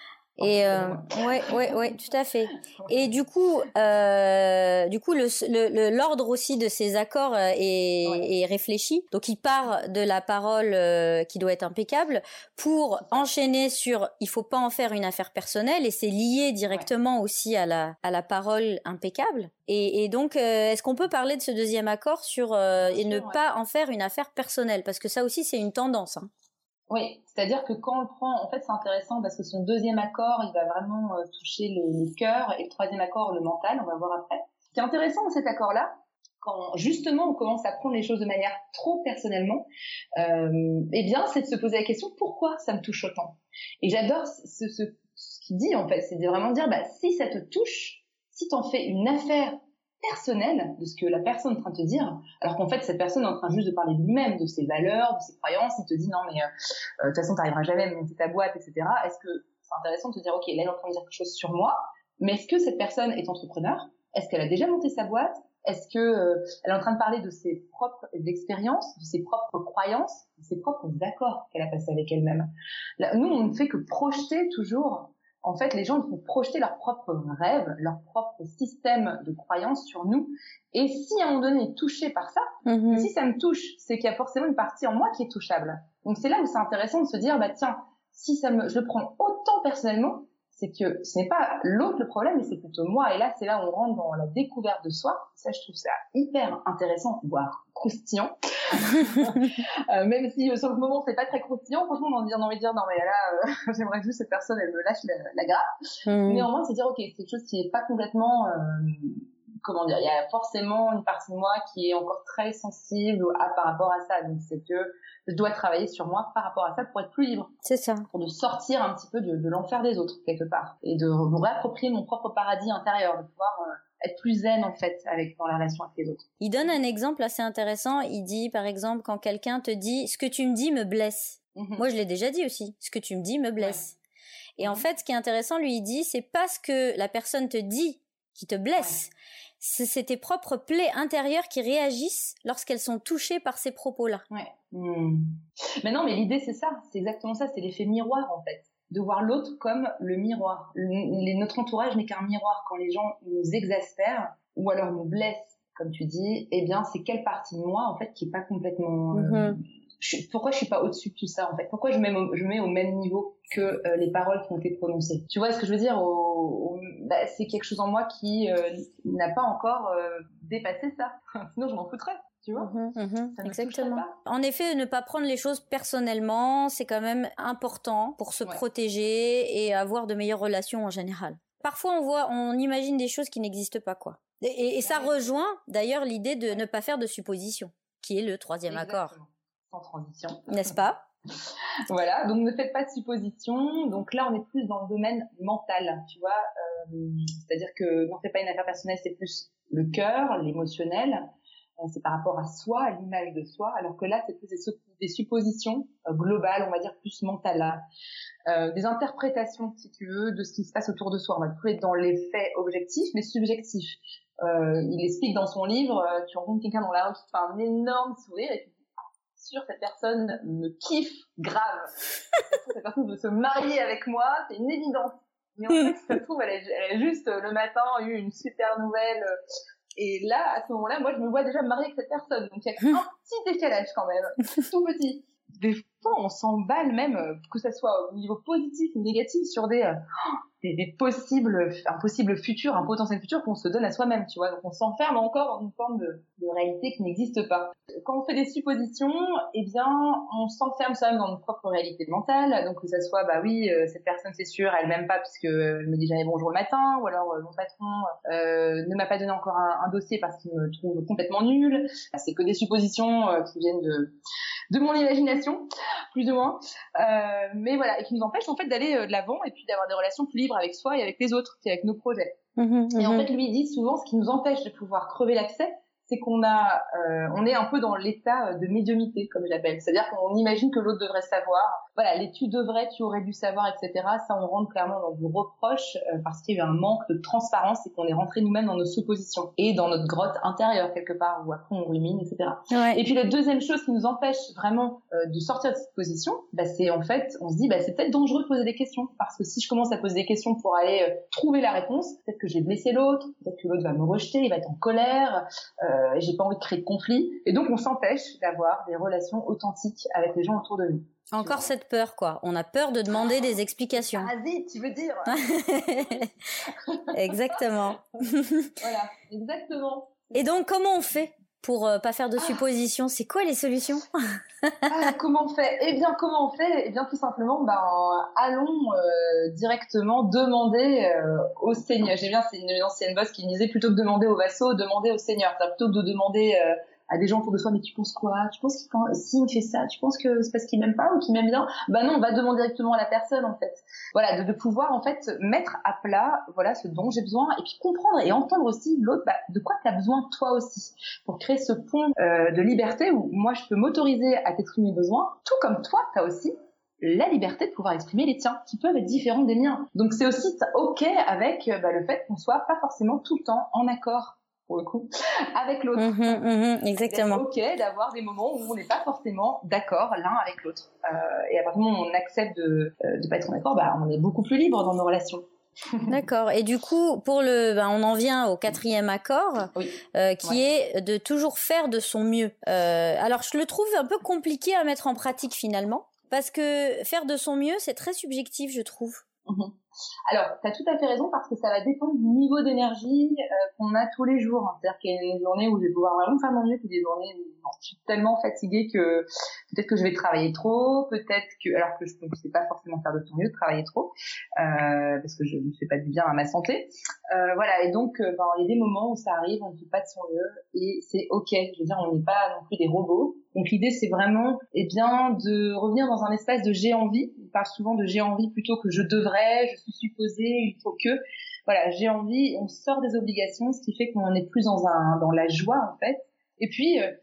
Et euh, ouais, ouais, ouais, tout à fait. Et du coup, euh, du coup, le, le, l'ordre aussi de ces accords est, ouais. est réfléchi. Donc, il part de la parole euh, qui doit être impeccable pour enchaîner sur. Il faut pas en faire une affaire personnelle, et c'est lié directement ouais. aussi à la à la parole impeccable. Et, et donc, euh, est-ce qu'on peut parler de ce deuxième accord sur euh, et ne ouais. pas en faire une affaire personnelle, parce que ça aussi c'est une tendance. Hein. Oui, c'est-à-dire que quand on le prend, en fait, c'est intéressant parce que son deuxième accord, il va vraiment euh, toucher le, le cœur, et le troisième accord, le mental, on va voir après. Ce qui est intéressant dans cet accord-là, quand justement on commence à prendre les choses de manière trop personnellement, euh, eh bien, c'est de se poser la question, pourquoi ça me touche autant? Et j'adore ce, ce, ce qu'il dit, en fait, c'est de vraiment dire, bah, si ça te touche, si t'en fais une affaire personnel de ce que la personne est en train de te dire, alors qu'en fait cette personne est en train juste de parler de lui-même, de ses valeurs, de ses croyances, il te dit non mais euh, de toute façon t'arriveras jamais à monter ta boîte, et cetera. Est-ce que c'est intéressant de te dire ok, là elle est en train de dire quelque chose sur moi, mais est-ce que cette personne est entrepreneur? Est-ce qu'elle a déjà monté sa boîte? Est-ce que euh, elle est en train de parler de ses propres expériences, de ses propres croyances, de ses propres accords qu'elle a passés avec elle-même? Là, nous on ne fait que projeter toujours. En fait, les gens vont projeter leurs propres rêves, leur propre système de croyances sur nous. Et si à un moment donné est touché par ça, mm-hmm. si ça me touche, c'est qu'il y a forcément une partie en moi qui est touchable. Donc c'est là où c'est intéressant de se dire, bah tiens, si ça me, je le prends autant personnellement, c'est que ce n'est pas l'autre le problème, mais c'est plutôt moi. Et là, c'est là où on rentre dans la découverte de soi. Ça, je trouve ça hyper intéressant, voire croustillant. euh, même si euh, sur le moment, c'est pas très croustillant. Franchement, on a envie de dire, non, mais là, euh, j'aimerais juste cette personne, elle me lâche la, la grappe. Mmh. Mais au moins, c'est dire, ok, c'est quelque chose qui est pas complètement, euh, comment dire, il y a forcément une partie de moi qui est encore très sensible à, par rapport à ça. Donc, c'est que je dois travailler sur moi par rapport à ça pour être plus libre. C'est ça. Pour de sortir un petit peu de, de l'enfer des autres, quelque part. Et de me réapproprier mon propre paradis intérieur, de pouvoir euh, être plus zen, en fait, avec, dans la relation avec les autres. Il donne un exemple assez intéressant. Il dit, par exemple, quand quelqu'un te dit « ce que tu me dis me blesse mm-hmm. ». Moi, je l'ai déjà dit aussi. « Ce que tu me dis me blesse ouais. ». Et mm-hmm. en fait, ce qui est intéressant, lui, il dit, c'est pas ce que la personne te dit qui te blesse. Ouais. C'est, c'est tes propres plaies intérieures qui réagissent lorsqu'elles sont touchées par ces propos-là. Ouais. Mmh. Mais non, mais l'idée, c'est ça. C'est exactement ça. C'est l'effet miroir, en fait. De voir l'autre comme le miroir. Le, notre entourage n'est qu'un miroir. Quand les gens nous exaspèrent ou alors nous blessent, comme tu dis, eh bien, c'est quelle partie de moi, en fait, qui est pas complètement... Mmh. Euh, je, pourquoi je suis pas au-dessus de tout ça, en fait? Pourquoi je mets, je mets au même niveau que euh, les paroles qui ont été prononcées? Tu vois ce que je veux dire? au, au, bah, c'est quelque chose en moi qui euh, n'a pas encore euh, dépassé ça. Sinon, je m'en foutrais. Tu vois mmh, mmh, exactement. En effet, ne pas prendre les choses personnellement, c'est quand même important pour se ouais. protéger et avoir de meilleures relations en général. Parfois, on voit, on imagine des choses qui n'existent pas, quoi. Et, et, et ça ouais. rejoint d'ailleurs l'idée de ouais. ne pas faire de suppositions, qui est le troisième exactement. Accord. Sans transition. N'est-ce pas? Voilà, donc ne faites pas de suppositions. Donc là, on est plus dans le domaine mental, tu vois. Euh, c'est-à-dire que n'en faites pas une affaire personnelle, c'est plus le cœur, l'émotionnel. C'est par rapport à soi, à l'image de soi, alors que là, c'est plus des, des suppositions euh, globales, on va dire plus mentales, euh, des interprétations, si tu veux, de ce qui se passe autour de soi. On va plus être dans les faits objectifs, mais subjectifs. Euh, il explique dans son livre, euh, tu rencontres quelqu'un dans la rue qui te fait un énorme sourire et tu te dis, ah, sûr, cette personne me kiffe grave. Cette personne veut se marier avec moi, c'est une évidence. Mais en fait, si ça se trouve, elle a, elle a juste euh, le matin eu une super nouvelle. Euh, et là, à ce moment-là, moi, je me vois déjà me marier avec cette personne. Donc, il y a un petit décalage quand même, tout petit. Des fois, on s'emballe même, euh, que ça soit au niveau positif ou négatif, sur des, euh, des, des possibles, un possible futur, un potentiel futur qu'on se donne à soi-même, tu vois. Donc, on s'enferme encore dans une forme de, de réalité qui n'existe pas. Quand on fait des suppositions, eh bien, on s'enferme soi-même dans notre propre réalité mentale. Donc, que ça soit, bah oui, euh, cette personne, c'est sûr, elle m'aime pas puisque elle me dit jamais bonjour le matin, ou alors euh, mon patron euh, ne m'a pas donné encore un, un dossier parce qu'il me trouve complètement nul. C'est que des suppositions euh, qui viennent de de mon imagination, plus ou moins, euh, mais voilà, et qui nous empêche en fait d'aller euh, de l'avant et puis d'avoir des relations plus libres avec soi et avec les autres, et avec nos projets. Mmh, et mmh. En fait, lui il dit souvent, ce qui nous empêche de pouvoir crever l'accès, c'est qu'on a, euh, on est un peu dans l'état de médiumnité, comme je l'appelle. C'est-à-dire qu'on imagine que l'autre devrait savoir. Voilà, les tu devrais, tu aurais dû savoir, et cetera. Ça, on rentre clairement dans du reproche euh, parce qu'il y a eu un manque de transparence et qu'on est rentré nous-mêmes dans nos suppositions et dans notre grotte intérieure quelque part où après on rumine, et cetera. Ouais. Et puis la deuxième chose qui nous empêche vraiment euh, de sortir de cette position, bah, c'est en fait, on se dit, bah, c'est peut-être dangereux de poser des questions parce que si je commence à poser des questions pour aller euh, trouver la réponse, peut-être que je vais blesser l'autre, peut-être que l'autre va me rejeter, il va être en colère. Euh, Euh, j'ai pas envie de créer de conflit et donc on s'empêche d'avoir des relations authentiques avec les gens autour de nous. Encore cette peur, quoi. On a peur de demander des explications. Vas-y, tu veux dire. Exactement. Voilà, exactement. Et donc, comment on fait pour euh, pas faire de suppositions? C'est quoi les solutions? Ah, comment on fait? Eh bien, comment on fait? Eh bien, tout simplement, ben, allons euh, directement demander euh, au Seigneur. J'ai bien, c'est une ancienne boss qui me disait, plutôt que de demander aux vassaux, demander au Seigneur. C'est plutôt que de demander euh, à des gens autour de soi, mais tu penses quoi? Tu penses qu'il pense, s'il me fait ça, tu penses que c'est parce qu'il m'aime pas ou qu'il m'aime bien? Bah non, on va demander directement à la personne, en fait. Voilà, de, de pouvoir, en fait, mettre à plat, voilà, ce dont j'ai besoin et puis comprendre et entendre aussi l'autre, bah, de quoi tu as besoin toi aussi, pour créer ce pont euh, de liberté où moi, je peux m'autoriser à t'exprimer mes besoins, tout comme toi, tu as aussi la liberté de pouvoir exprimer les tiens, qui peuvent être différents des miens. Donc, c'est aussi OK avec bah, le fait qu'on soit pas forcément tout le temps en accord, pour le coup, avec l'autre. Mmh, mmh, exactement. C'est OK d'avoir des moments où on n'est pas forcément d'accord l'un avec l'autre. Euh, et à partir du moment où on accepte de ne pas être en accord, bah, on est beaucoup plus libre dans nos relations. D'accord. Et du coup, pour le, ben, on en vient au quatrième accord, oui. euh, qui ouais. est de toujours faire de son mieux. Euh, alors, je le trouve un peu compliqué à mettre en pratique finalement, parce que faire de son mieux, c'est très subjectif, je trouve. Mmh. Alors, tu as tout à fait raison parce que ça va dépendre du niveau d'énergie euh, qu'on a tous les jours. C'est-à-dire qu'il y a des journées où je vais pouvoir vraiment faire mon mieux, puis des journées où non, je suis tellement fatiguée que peut-être que je vais travailler trop, peut-être que, alors que je ne sais pas forcément faire de ton mieux, travailler trop, euh, parce que je ne fais pas du bien à ma santé. Euh, voilà, et donc, euh, ben, il y a des moments où ça arrive, on ne fait pas de son mieux, et c'est OK. Je veux dire, on n'est pas non plus des robots. Donc l'idée, c'est vraiment, eh bien, de revenir dans un espace de j'ai envie. On parle souvent de j'ai envie plutôt que je devrais, je suis supposée, il faut que. Voilà, j'ai envie, on sort des obligations, ce qui fait qu'on est plus dans un, dans la joie, en fait. Et puis, euh,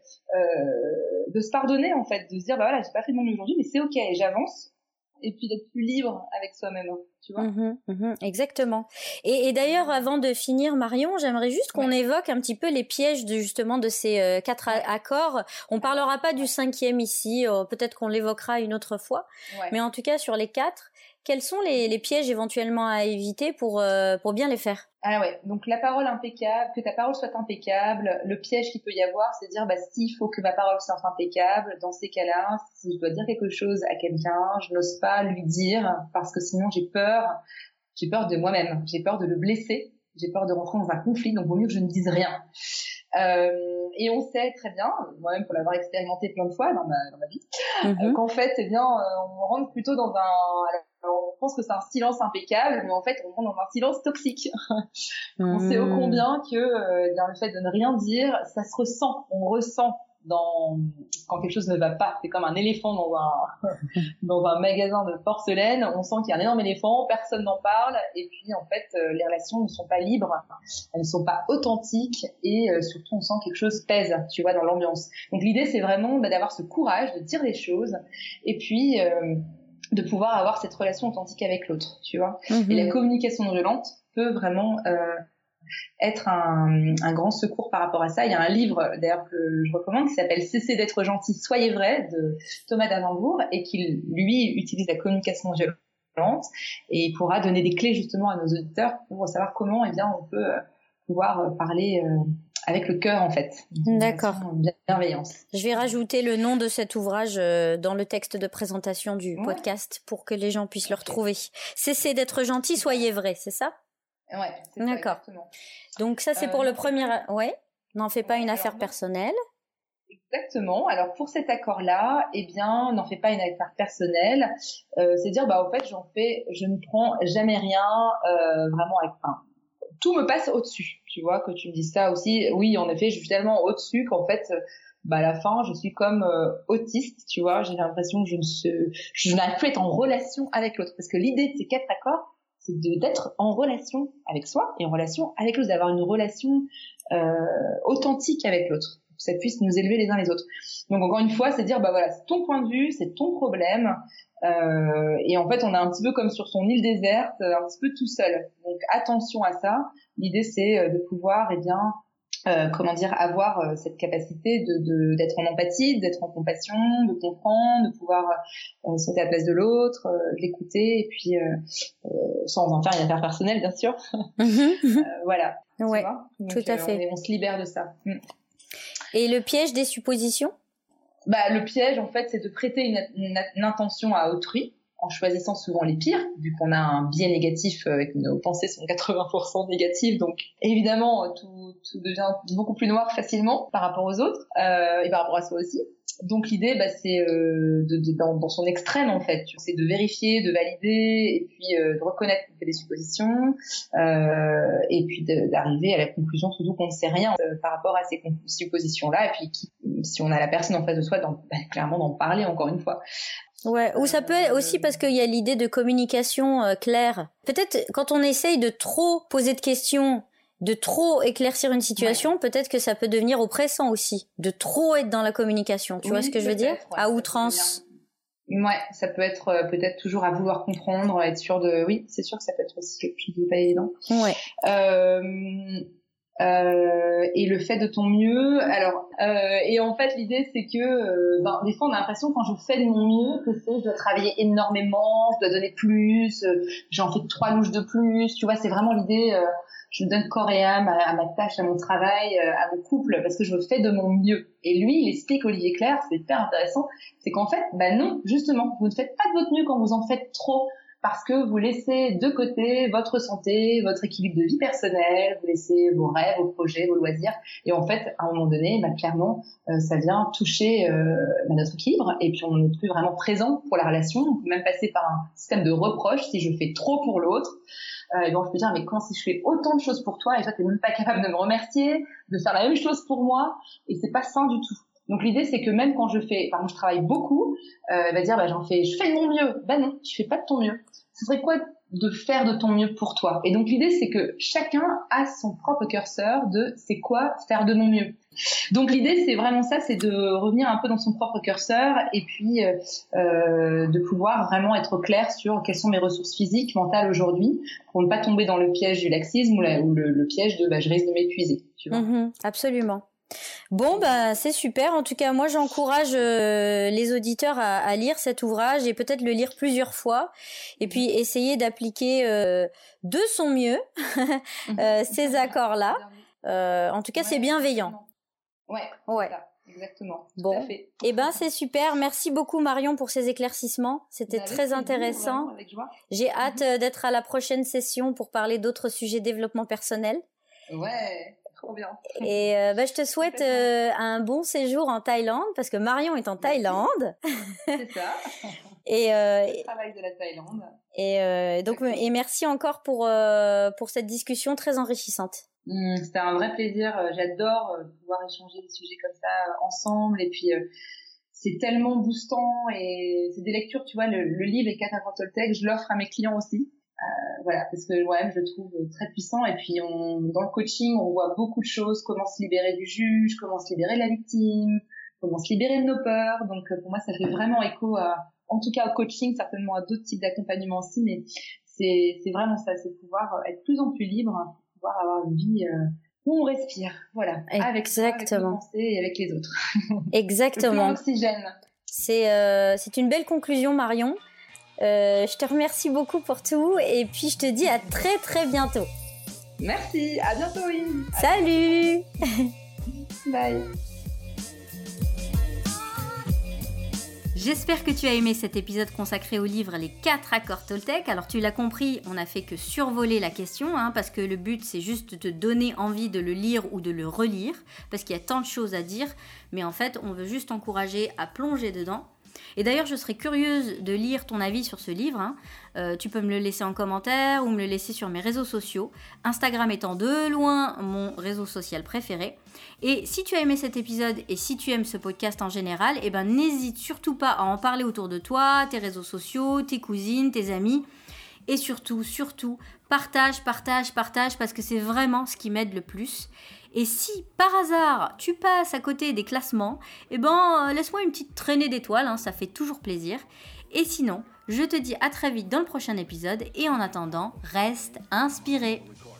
de se pardonner, en fait, de se dire, bah voilà, j'ai pas fait de mon mieux aujourd'hui, mais c'est OK, j'avance. Et puis d'être plus libre avec soi-même, tu vois. Mmh, mmh, exactement. Et, et d'ailleurs, avant de finir, Marion, j'aimerais juste qu'on ouais. évoque un petit peu les pièges de justement de ces euh, quatre ouais. accords. On parlera pas du cinquième ici, euh, peut-être qu'on l'évoquera une autre fois. Ouais. Mais en tout cas, sur les quatre, quels sont les, les pièges éventuellement à éviter pour euh, pour bien les faire? Ah ouais, donc la parole impeccable, que ta parole soit impeccable. Le piège qu'il peut y avoir, c'est de dire, bah, s'il faut que ma parole soit impeccable, dans ces cas-là, si je dois dire quelque chose à quelqu'un, je n'ose pas lui dire, parce que sinon j'ai peur, j'ai peur de moi-même, j'ai peur de le blesser, j'ai peur de rentrer dans un conflit, donc vaut mieux que je ne dise rien. Euh, et on sait très bien, moi-même pour l'avoir expérimenté plein de fois dans ma, dans ma vie, mm-hmm. euh, qu'en fait, eh bien, euh, on rentre plutôt dans un, alors, on pense que c'est un silence impeccable, mais en fait, on rentre dans un silence toxique. Mm. On sait ô combien que, euh, bien, le fait de ne rien dire, ça se ressent, on ressent dans, quand quelque chose ne va pas. C'est comme un éléphant dans un, dans un magasin de porcelaine. On sent qu'il y a un énorme éléphant, personne n'en parle, et puis, en fait, euh, les relations ne sont pas libres, elles ne sont pas authentiques, et euh, surtout, on sent que quelque chose pèse, tu vois, dans l'ambiance. Donc, l'idée, c'est vraiment bah, d'avoir ce courage de dire les choses, et puis, euh, de pouvoir avoir cette relation authentique avec l'autre, tu vois. Mm-hmm. Et la communication non violente peut vraiment, euh, être un, un grand secours par rapport à ça. Il y a un livre d'ailleurs que je recommande qui s'appelle Cessez d'être gentil, soyez vrai de Thomas d'Alembourg et qui lui utilise la communication non violente et il pourra donner des clés justement à nos auditeurs pour savoir comment eh bien on peut pouvoir parler euh, avec le cœur en fait. D'accord. Bienveillance. Je vais rajouter le nom de cet ouvrage dans le texte de présentation du ouais. podcast pour que les gens puissent okay. le retrouver. Cessez d'être gentil, soyez vrai, c'est ça ? Ouais, c'est ça, d'accord. Exactement. Donc ça c'est pour euh, le premier. Pas... Ouais. N'en fais pas ouais, une alors, affaire personnelle. Exactement. Alors pour cet accord-là, eh bien, n'en fais pas une affaire personnelle. Euh, c'est dire, bah en fait, j'en fais, je ne prends jamais rien euh, vraiment avec. Enfin, tout me passe au-dessus. Tu vois que tu me dis ça aussi. Oui, en effet, je suis tellement au-dessus qu'en fait. Bah à la fin je suis comme euh, autiste, tu vois, j'ai l'impression que je ne se, je n'arrive plus à être en relation avec l'autre parce que l'idée de ces quatre accords c'est de, d'être en relation avec soi et en relation avec l'autre, d'avoir une relation euh, authentique avec l'autre, pour que ça puisse nous élever les uns les autres. Donc encore une fois, c'est dire bah voilà, c'est ton point de vue, c'est ton problème, euh, et en fait on est un petit peu comme sur son île déserte, un petit peu tout seul. Donc attention à ça. L'idée c'est de pouvoir eh bien Euh, comment dire, avoir euh, cette capacité de, de d'être en empathie, d'être en compassion, de comprendre, de pouvoir euh, se mettre à la place de l'autre, euh, de l'écouter, et puis euh, euh, sans en faire une affaire personnelle, bien sûr. euh, voilà. Ouais, tu vois donc, tout à euh, fait. On, on se libère de ça. Mm. Et le piège des suppositions ? Bah, le piège, en fait, c'est de prêter une, une, une intention à autrui, en choisissant souvent les pires, vu qu'on a un biais négatif euh, et que nos pensées sont quatre-vingts pour cent négatives, donc évidemment tout, tout devient beaucoup plus noir facilement par rapport aux autres euh, et par rapport à soi aussi. Donc l'idée, bah, c'est euh, de, de, dans, dans son extrême en fait, c'est de vérifier, de valider et puis euh, de reconnaître qu'on fait des suppositions euh, et puis de, d'arriver à la conclusion surtout qu'on ne sait rien euh, par rapport à ces suppositions-là et puis qui, si on a la personne en face de soi, d'en, bah, clairement d'en parler encore une fois. Ouais, ou ça peut être aussi parce qu'il y a l'idée de communication euh, claire. Peut-être quand on essaye de trop poser de questions, de trop éclaircir une situation, ouais. peut-être que ça peut devenir oppressant aussi, de trop être dans la communication. Tu oui, vois ce que je veux dire ? Ouais, à outrance. Ouais, ça peut être euh, peut-être toujours à vouloir comprendre, être sûr de... Oui, c'est sûr que ça peut être aussi quelque chose de pas évident. Ouais. Euh... Euh, et le fait de ton mieux. Alors, euh, et en fait, l'idée c'est que, euh, ben, des fois, on a l'impression quand je fais de mon mieux que c'est, je dois travailler énormément, je dois donner plus, euh, j'en fais trois louches de plus. Tu vois, c'est vraiment l'idée. Euh, je me donne corps et âme à, à ma tâche, à mon travail, euh, à mon couple, parce que je fais de mon mieux. Et lui, il explique, Olivier Clerc, c'est hyper intéressant, c'est qu'en fait, bah non, justement, vous ne faites pas de votre mieux quand vous en faites trop. Parce que vous laissez de côté votre santé, votre équilibre de vie personnelle, vous laissez vos rêves, vos projets, vos loisirs. Et en fait, à un moment donné, bah, clairement, euh, ça vient toucher euh, bah, notre équilibre. Et puis, on n'est plus vraiment présent pour la relation. On peut même passer par un système de reproche si je fais trop pour l'autre. Euh, et donc, je peux dire, mais quand si je fais autant de choses pour toi et toi, t'es même pas capable de me remercier, de faire la même chose pour moi, et c'est pas sain du tout. Donc l'idée c'est que même quand je fais, par exemple je travaille beaucoup, euh, va dire bah j'en fais, je fais de mon mieux. Bah non, tu fais pas de ton mieux. Ce serait quoi de faire de ton mieux pour toi ? Et donc l'idée c'est que chacun a son propre curseur de c'est quoi faire de mon mieux. Donc l'idée c'est vraiment ça, c'est de revenir un peu dans son propre curseur et puis euh, euh, de pouvoir vraiment être clair sur quelles sont mes ressources physiques, mentales aujourd'hui, pour ne pas tomber dans le piège du laxisme ou, la, ou le, le piège de bah je risque de m'épuiser. Tu vois. Mmh, absolument. Bon, bah c'est super. En tout cas, moi j'encourage euh, les auditeurs à, à lire cet ouvrage et peut-être le lire plusieurs fois et puis essayer d'appliquer euh, de son mieux euh, ces accords-là. Euh, en tout cas, ouais, c'est bienveillant. Ouais, ouais. C'est ça. Exactement. Tout bon, à fait. Eh ben c'est super. Merci beaucoup Marion pour ces éclaircissements. C'était bah, très plaisir, intéressant. Avec joie. J'ai hâte mm-hmm. d'être à la prochaine session pour parler d'autres sujets développement personnel. Ouais. Trop bien. Et euh, bah, je te souhaite euh, un bon séjour en Thaïlande parce que Marion est en Thaïlande. C'est ça. et euh, le travail de la Thaïlande. Et euh, donc et merci encore pour euh, pour cette discussion très enrichissante. Mmh, c'était un vrai plaisir. J'adore euh, pouvoir échanger des sujets comme ça euh, ensemble et puis euh, c'est tellement boostant et c'est des lectures. Tu vois, le, le livre Les quatre accords Toltec, je l'offre à mes clients aussi. Euh, voilà, parce que ouais, je le trouve très puissant et puis on, dans le coaching on voit beaucoup de choses, comment se libérer du juge, comment se libérer de la victime, comment se libérer de nos peurs. Donc pour moi ça fait vraiment écho à, en tout cas au coaching, certainement à d'autres types d'accompagnement aussi, mais c'est, c'est vraiment ça, c'est pouvoir être plus en plus libre, pouvoir avoir une vie euh, où on respire, voilà, avec soi, avec nos pensées et avec les autres. Exactement. Le plein oxygène. C'est, euh, c'est une belle conclusion, Marion. Euh, je te remercie beaucoup pour tout et puis je te dis à très très bientôt. Merci, à bientôt, oui. Salut. Bye. J'espère que tu as aimé cet épisode consacré au livre Les quatre accords Toltec. Alors tu l'as compris, on n'a fait que survoler la question, hein, parce que le but c'est juste de te donner envie de le lire ou de le relire, parce qu'il y a tant de choses à dire, mais en fait on veut juste t'encourager à plonger dedans. Et d'ailleurs, je serais curieuse de lire ton avis sur ce livre. Hein. Euh, tu peux me le laisser en commentaire ou me le laisser sur mes réseaux sociaux. Instagram étant de loin mon réseau social préféré. Et si tu as aimé cet épisode et si tu aimes ce podcast en général, eh ben, n'hésite surtout pas à en parler autour de toi, tes réseaux sociaux, tes cousines, tes amis. Et surtout, surtout, partage, partage, partage, parce que c'est vraiment ce qui m'aide le plus. Et si, par hasard, tu passes à côté des classements, eh ben, laisse-moi une petite traînée d'étoiles, hein, ça fait toujours plaisir. Et sinon, je te dis à très vite dans le prochain épisode, et en attendant, reste inspiré.